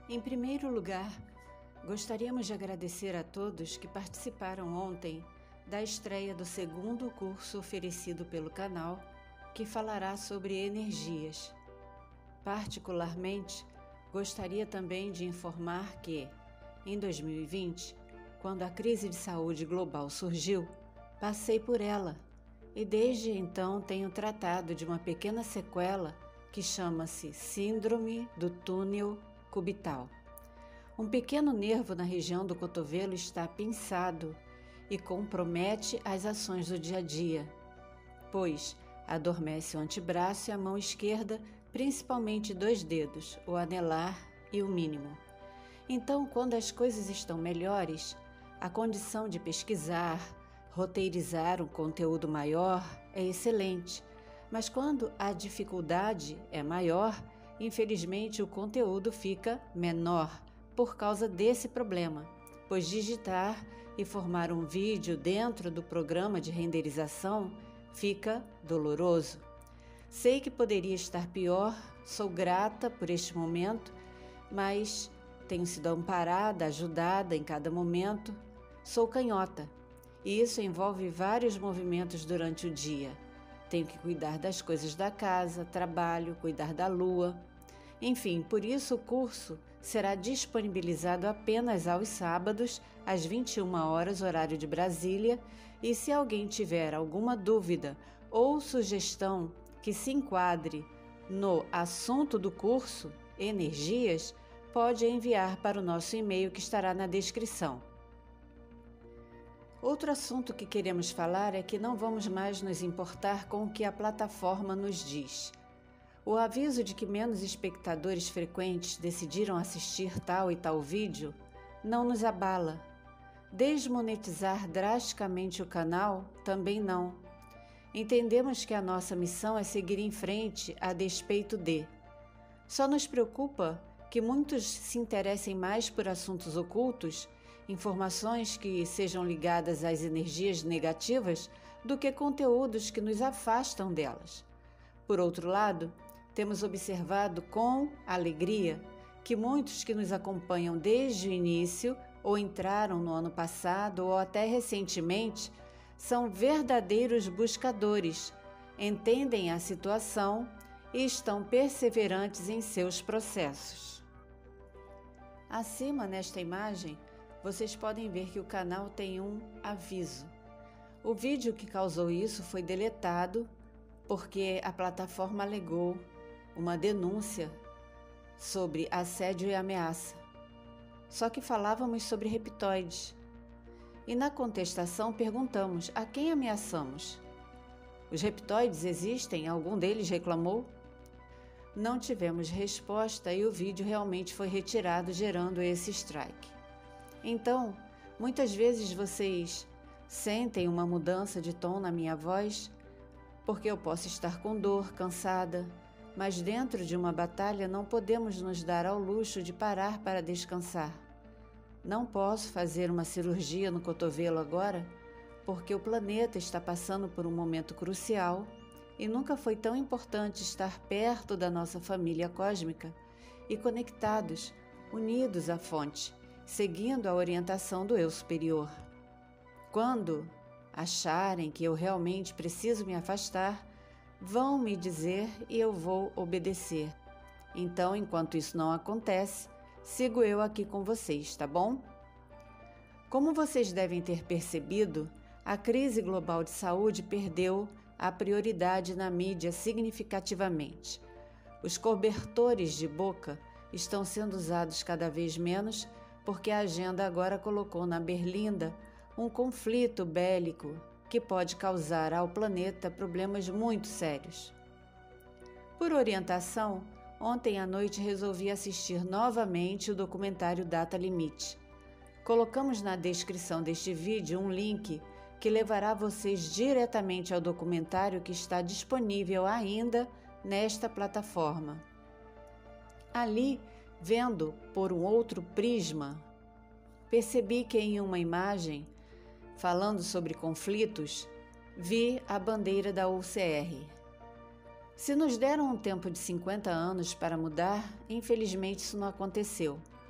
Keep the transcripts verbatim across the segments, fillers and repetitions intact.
Em primeiro lugar, gostaríamos de agradecer a todos que participaram ontem da estreia do segundo curso oferecido pelo canal, que falará sobre energias. Particularmente, gostaria também de informar que, em dois mil e vinte, quando a crise de saúde global surgiu, passei por ela e desde então tenho tratado de uma pequena sequela que chama-se Síndrome do Túnel Cubital. Um pequeno nervo na região do cotovelo está pinçado e compromete as ações do dia a dia, pois adormece o antebraço e a mão esquerda, principalmente dois dedos, o anelar e o mínimo. Então, quando as coisas estão melhores, a condição de pesquisar, roteirizar um conteúdo maior é excelente, mas quando a dificuldade é maior, infelizmente o conteúdo fica menor por causa desse problema, pois digitar e formar um vídeo dentro do programa de renderização fica doloroso. Sei que poderia estar pior, sou grata por este momento, mas tenho sido amparada, ajudada em cada momento. Sou canhota e isso envolve vários movimentos durante o dia. Tenho que cuidar das coisas da casa, trabalho, cuidar da lua. Enfim, por isso o curso será disponibilizado apenas aos sábados, às vinte e uma horas, horário de Brasília, e se alguém tiver alguma dúvida ou sugestão que se enquadre no assunto do curso, energias, pode enviar para o nosso e-mail que estará na descrição. Outro assunto que queremos falar é que não vamos mais nos importar com o que a plataforma nos diz. O aviso de que menos espectadores frequentes decidiram assistir tal e tal vídeo não nos abala. Desmonetizar drasticamente o canal também não. Entendemos que a nossa missão é seguir em frente a despeito de. Só nos preocupa que muitos se interessem mais por assuntos ocultos, informações que sejam ligadas às energias negativas, do que conteúdos que nos afastam delas. Por outro lado, temos observado com alegria que muitos que nos acompanham desde o início ou entraram no ano passado ou até recentemente são verdadeiros buscadores, entendem a situação e estão perseverantes em seus processos. Acima nesta imagem, vocês podem ver que o canal tem um aviso. O vídeo que causou isso foi deletado porque a plataforma alegou uma denúncia sobre assédio e ameaça. Só que falávamos sobre reptoides. E na contestação perguntamos a quem ameaçamos. Os reptoides existem? Algum deles reclamou? Não tivemos resposta e o vídeo realmente foi retirado, gerando esse strike. Então, muitas vezes vocês sentem uma mudança de tom na minha voz, porque eu posso estar com dor, cansada, mas dentro de uma batalha não podemos nos dar ao luxo de parar para descansar. Não posso fazer uma cirurgia no cotovelo agora, porque o planeta está passando por um momento crucial e nunca foi tão importante estar perto da nossa família cósmica e conectados, unidos à fonte, seguindo a orientação do eu superior. Quando acharem que eu realmente preciso me afastar, vão me dizer e eu vou obedecer. Então, enquanto isso não acontece, sigo eu aqui com vocês, tá bom? Como vocês devem ter percebido, a crise global de saúde perdeu a prioridade na mídia significativamente. Os cobertores de boca estão sendo usados cada vez menos porque a agenda agora colocou na berlinda um conflito bélico que pode causar ao planeta problemas muito sérios. Por orientação, ontem à noite resolvi assistir novamente o documentário Data Limite. Colocamos na descrição deste vídeo um link que levará vocês diretamente ao documentário que está disponível ainda nesta plataforma. Ali, vendo por um outro prisma, percebi que em uma imagem, falando sobre conflitos, vi a bandeira da U C R. Se nos deram um tempo de cinquenta anos para mudar, infelizmente isso não aconteceu.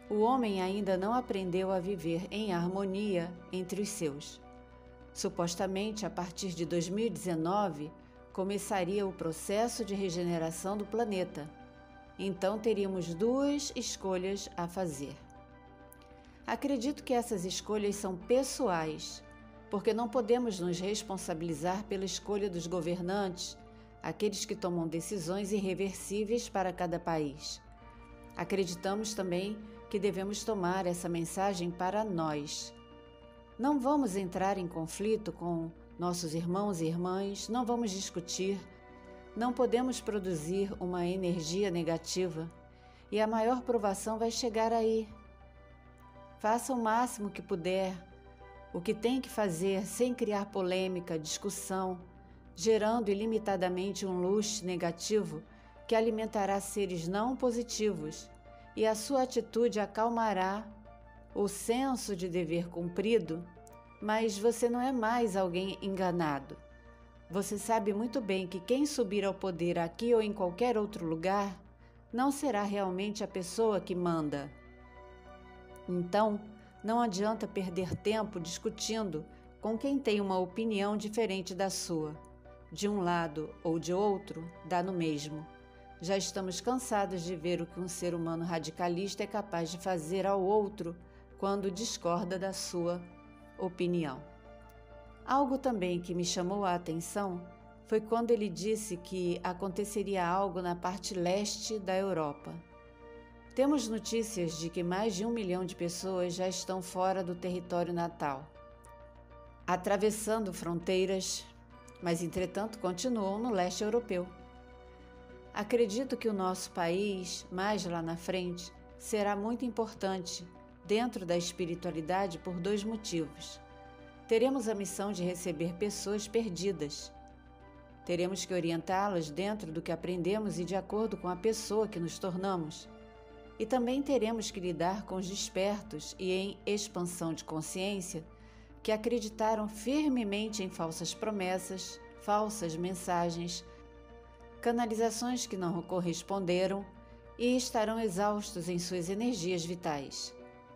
O homem ainda não aprendeu a viver em harmonia entre os seus. Supostamente, a partir de dois mil e dezenove, começaria o processo de regeneração do planeta. Então teríamos duas escolhas a fazer. Acredito que essas escolhas são pessoais, porque não podemos nos responsabilizar pela escolha dos governantes, aqueles que tomam decisões irreversíveis para cada país. Acreditamos também que devemos tomar essa mensagem para nós. Não vamos entrar em conflito com nossos irmãos e irmãs, não vamos discutir, não podemos produzir uma energia negativa e a maior provação vai chegar aí. Faça o máximo que puder, o que tem que fazer sem criar polêmica, discussão, gerando ilimitadamente um luxo negativo que alimentará seres não positivos, e a sua atitude acalmará o senso de dever cumprido, mas você não é mais alguém enganado. Você sabe muito bem que quem subir ao poder aqui ou em qualquer outro lugar não será realmente a pessoa que manda. Então, não adianta perder tempo discutindo com quem tem uma opinião diferente da sua. De um lado ou de outro, dá no mesmo. Já estamos cansados de ver o que um ser humano radicalista é capaz de fazer ao outro quando discorda da sua opinião. Algo também que me chamou a atenção foi quando ele disse que aconteceria algo na parte leste da Europa. Temos notícias de que mais de um milhão de pessoas já estão fora do território natal, atravessando fronteiras, mas entretanto continuam no leste europeu. Acredito que o nosso país, mais lá na frente, será muito importante dentro da espiritualidade por dois motivos. Teremos a missão de receber pessoas perdidas. Teremos que orientá-las dentro do que aprendemos e de acordo com a pessoa que nos tornamos. E também teremos que lidar com os despertos e em expansão de consciência que acreditaram firmemente em falsas promessas, falsas mensagens, canalizações que não corresponderam e estarão exaustos em suas energias vitais.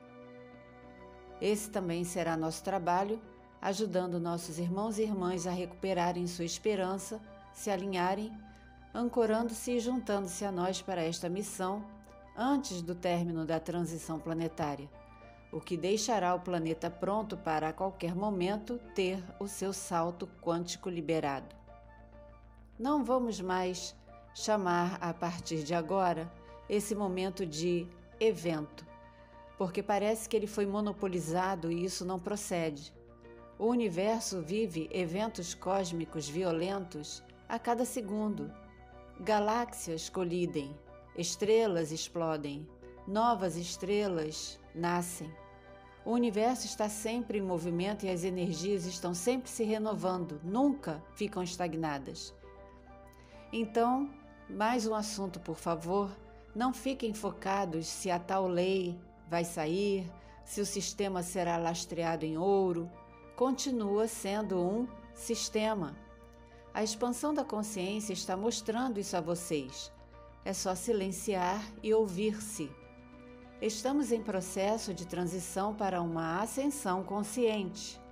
Esse também será nosso trabalho, ajudando nossos irmãos e irmãs a recuperarem sua esperança, se alinharem, ancorando-se e juntando-se a nós para esta missão antes do término da transição planetária, o que deixará o planeta pronto para a qualquer momento ter o seu salto quântico liberado. Não vamos mais chamar a partir de agora esse momento de evento, porque parece que ele foi monopolizado e isso não procede. O universo vive eventos cósmicos violentos a cada segundo. Galáxias colidem, estrelas explodem, novas estrelas nascem. O universo está sempre em movimento e as energias estão sempre se renovando, nunca ficam estagnadas. Então, mais um assunto, por favor, não fiquem focados se a tal lei vai sair, se o sistema será lastreado em ouro. Continua sendo um sistema. A expansão da consciência está mostrando isso a vocês. É só silenciar e ouvir-se. Estamos em processo de transição para uma ascensão consciente.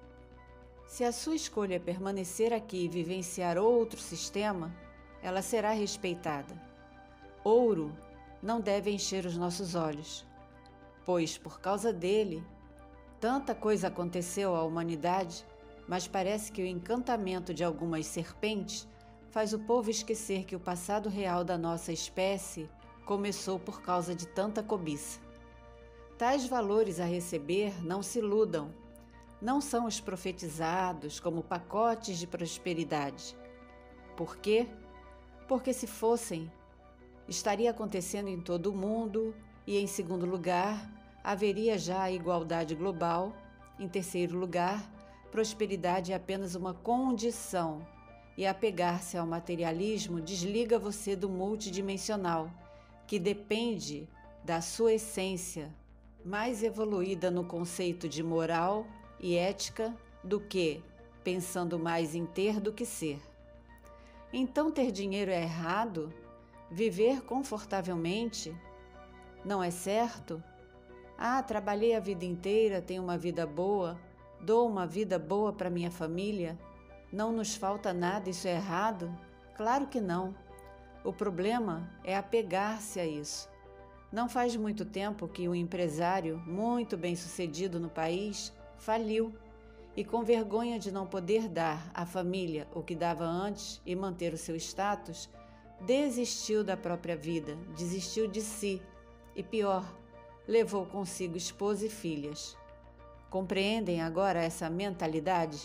Se a sua escolha é permanecer aqui e vivenciar outro sistema, ela será respeitada. Ouro não deve encher os nossos olhos, pois, por causa dele, tanta coisa aconteceu à humanidade, mas parece que o encantamento de algumas serpentes faz o povo esquecer que o passado real da nossa espécie começou por causa de tanta cobiça. Tais valores a receber, não se iludam, não são os profetizados como pacotes de prosperidade. Por quê? Porque se fossem, estaria acontecendo em todo o mundo e, em segundo lugar, haveria já a igualdade global. Em terceiro lugar, prosperidade é apenas uma condição e apegar-se ao materialismo desliga você do multidimensional, que depende da sua essência, mais evoluída no conceito de moral e ética do que pensando mais em ter do que ser. Então ter dinheiro é errado? Viver confortavelmente não é certo? Ah, trabalhei a vida inteira, tenho uma vida boa, dou uma vida boa para minha família, não nos falta nada, isso é errado? Claro que não. O problema é apegar-se a isso. Não faz muito tempo que um empresário muito bem-sucedido no país faliu e, com vergonha de não poder dar à família o que dava antes e manter o seu status, desistiu da própria vida, desistiu de si e, pior, levou consigo esposa e filhas. Compreendem agora essa mentalidade?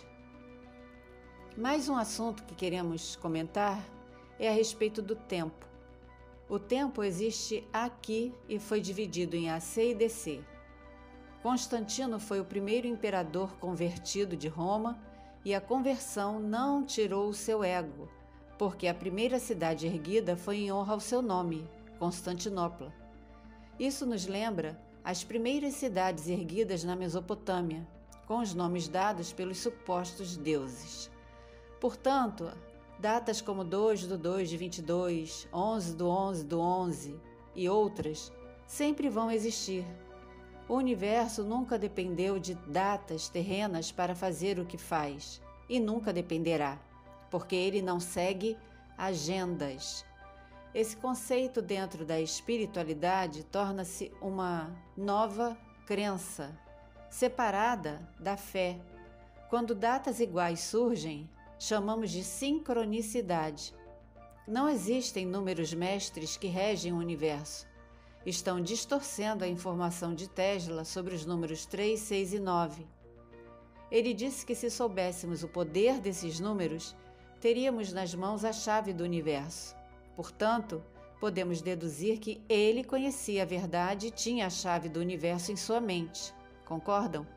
Mais um assunto que queremos comentar é a respeito do tempo. O tempo existe aqui e foi dividido em A C e D C. Constantino foi o primeiro imperador convertido de Roma e a conversão não tirou o seu ego, porque a primeira cidade erguida foi em honra ao seu nome, Constantinopla. Isso nos lembra as primeiras cidades erguidas na Mesopotâmia, com os nomes dados pelos supostos deuses. Portanto, datas como dois do dois de vinte e dois, onze do onze do onze e outras sempre vão existir. O universo nunca dependeu de datas terrenas para fazer o que faz e nunca dependerá, porque ele não segue agendas. Esse conceito dentro da espiritualidade torna-se uma nova crença, separada da fé. Quando datas iguais surgem, chamamos de sincronicidade. Não existem números mestres que regem o universo. Estão distorcendo a informação de Tesla sobre os números três, seis e nove. Ele disse que se soubéssemos o poder desses números, teríamos nas mãos a chave do universo. Portanto, podemos deduzir que ele conhecia a verdade e tinha a chave do universo em sua mente. Concordam?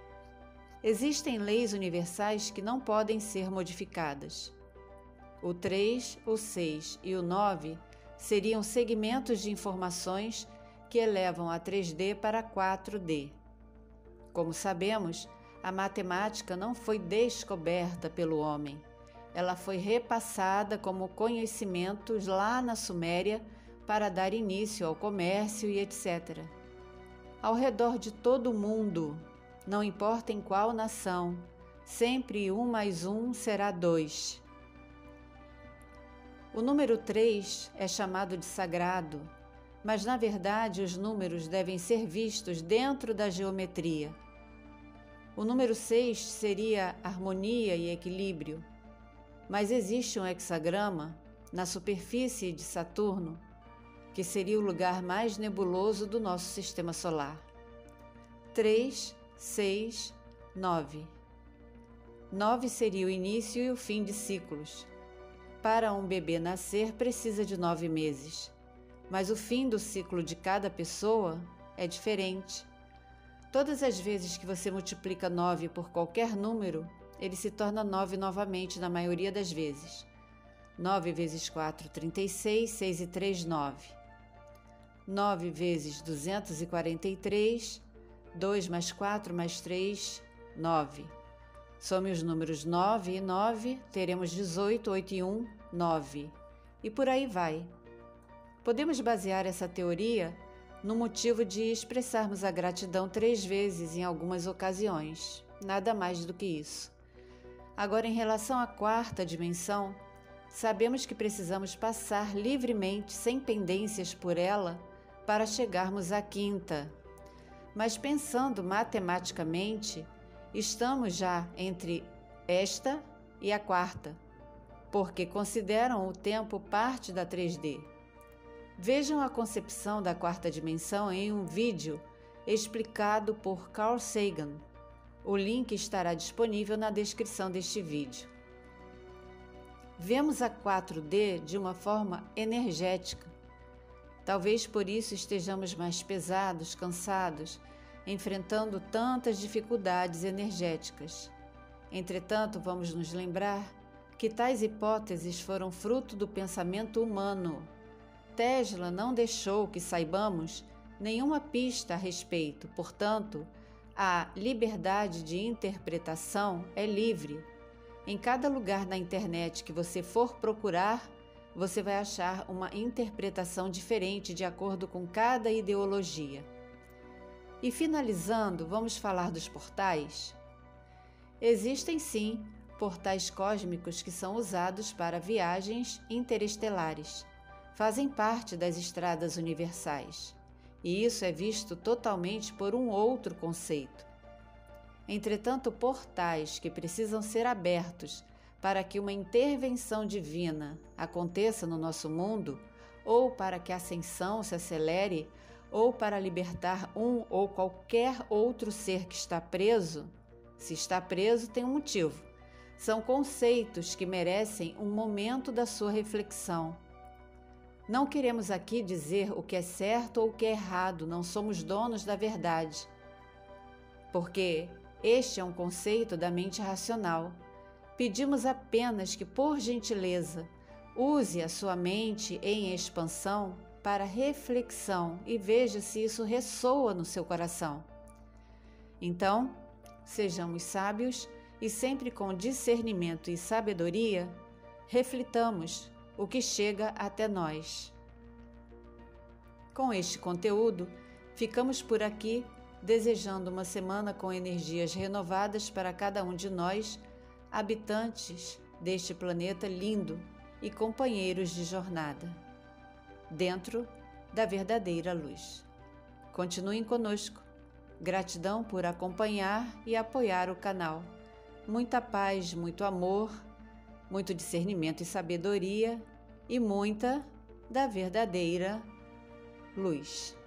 Existem leis universais que não podem ser modificadas. O três, o seis e o nove seriam segmentos de informações que elevam a três D para quatro D. Como sabemos, a matemática não foi descoberta pelo homem. Ela foi repassada como conhecimentos lá na Suméria para dar início ao comércio e etcétera. Ao redor de todo o mundo, não importa em qual nação, sempre um mais um será dois. O número três é chamado de sagrado, mas na verdade os números devem ser vistos dentro da geometria. O número seis seria harmonia e equilíbrio, mas existe um hexagrama na superfície de Saturno, que seria o lugar mais nebuloso do nosso sistema solar. três, seis, nove. nove seria o início e o fim de ciclos. Para um bebê nascer precisa de nove meses, mas o fim do ciclo de cada pessoa é diferente. Todas as vezes que você multiplica nove por qualquer número, ele se torna nove novamente na maioria das vezes. nove vezes quatro, trinta e seis, seis e três, nove. nove vezes duzentos e quarenta e três, dois mais quatro mais três, nove. Some os números nove e nove, teremos dezoito, oito e um, nove. E por aí vai. Podemos basear essa teoria no motivo de expressarmos a gratidão três vezes em algumas ocasiões. Nada mais do que isso. Agora, em relação à quarta dimensão, sabemos que precisamos passar livremente, sem pendências por ela, para chegarmos à quinta. Mas pensando matematicamente, estamos já entre esta e a quarta, porque consideram o tempo parte da três D. Vejam a concepção da quarta dimensão em um vídeo explicado por Carl Sagan. O link estará disponível na descrição deste vídeo. Vemos a quatro D de uma forma energética. Talvez por isso estejamos mais pesados, cansados, enfrentando tantas dificuldades energéticas. Entretanto, vamos nos lembrar que tais hipóteses foram fruto do pensamento humano. Tesla não deixou que saibamos nenhuma pista a respeito, portanto, a liberdade de interpretação é livre. Em cada lugar na internet que você for procurar, você vai achar uma interpretação diferente de acordo com cada ideologia. E finalizando, vamos falar dos portais? Existem sim portais cósmicos que são usados para viagens interestelares. Fazem parte das estradas universais. E isso é visto totalmente por um outro conceito. Entretanto, portais que precisam ser abertos para que uma intervenção divina aconteça no nosso mundo, ou para que a ascensão se acelere, ou para libertar um ou qualquer outro ser que está preso, se está preso tem um motivo. São conceitos que merecem um momento da sua reflexão. Não queremos aqui dizer o que é certo ou o que é errado, não somos donos da verdade. Porque este é um conceito da mente racional. Pedimos apenas que, por gentileza, use a sua mente em expansão para reflexão e veja se isso ressoa no seu coração. Então, sejamos sábios e sempre com discernimento e sabedoria, reflitamos o que chega até nós. Com este conteúdo, ficamos por aqui desejando uma semana com energias renovadas para cada um de nós, habitantes deste planeta lindo e companheiros de jornada, dentro da verdadeira luz. Continuem conosco. Gratidão por acompanhar e apoiar o canal. Muita paz, muito amor, muito discernimento e sabedoria e muita da verdadeira luz.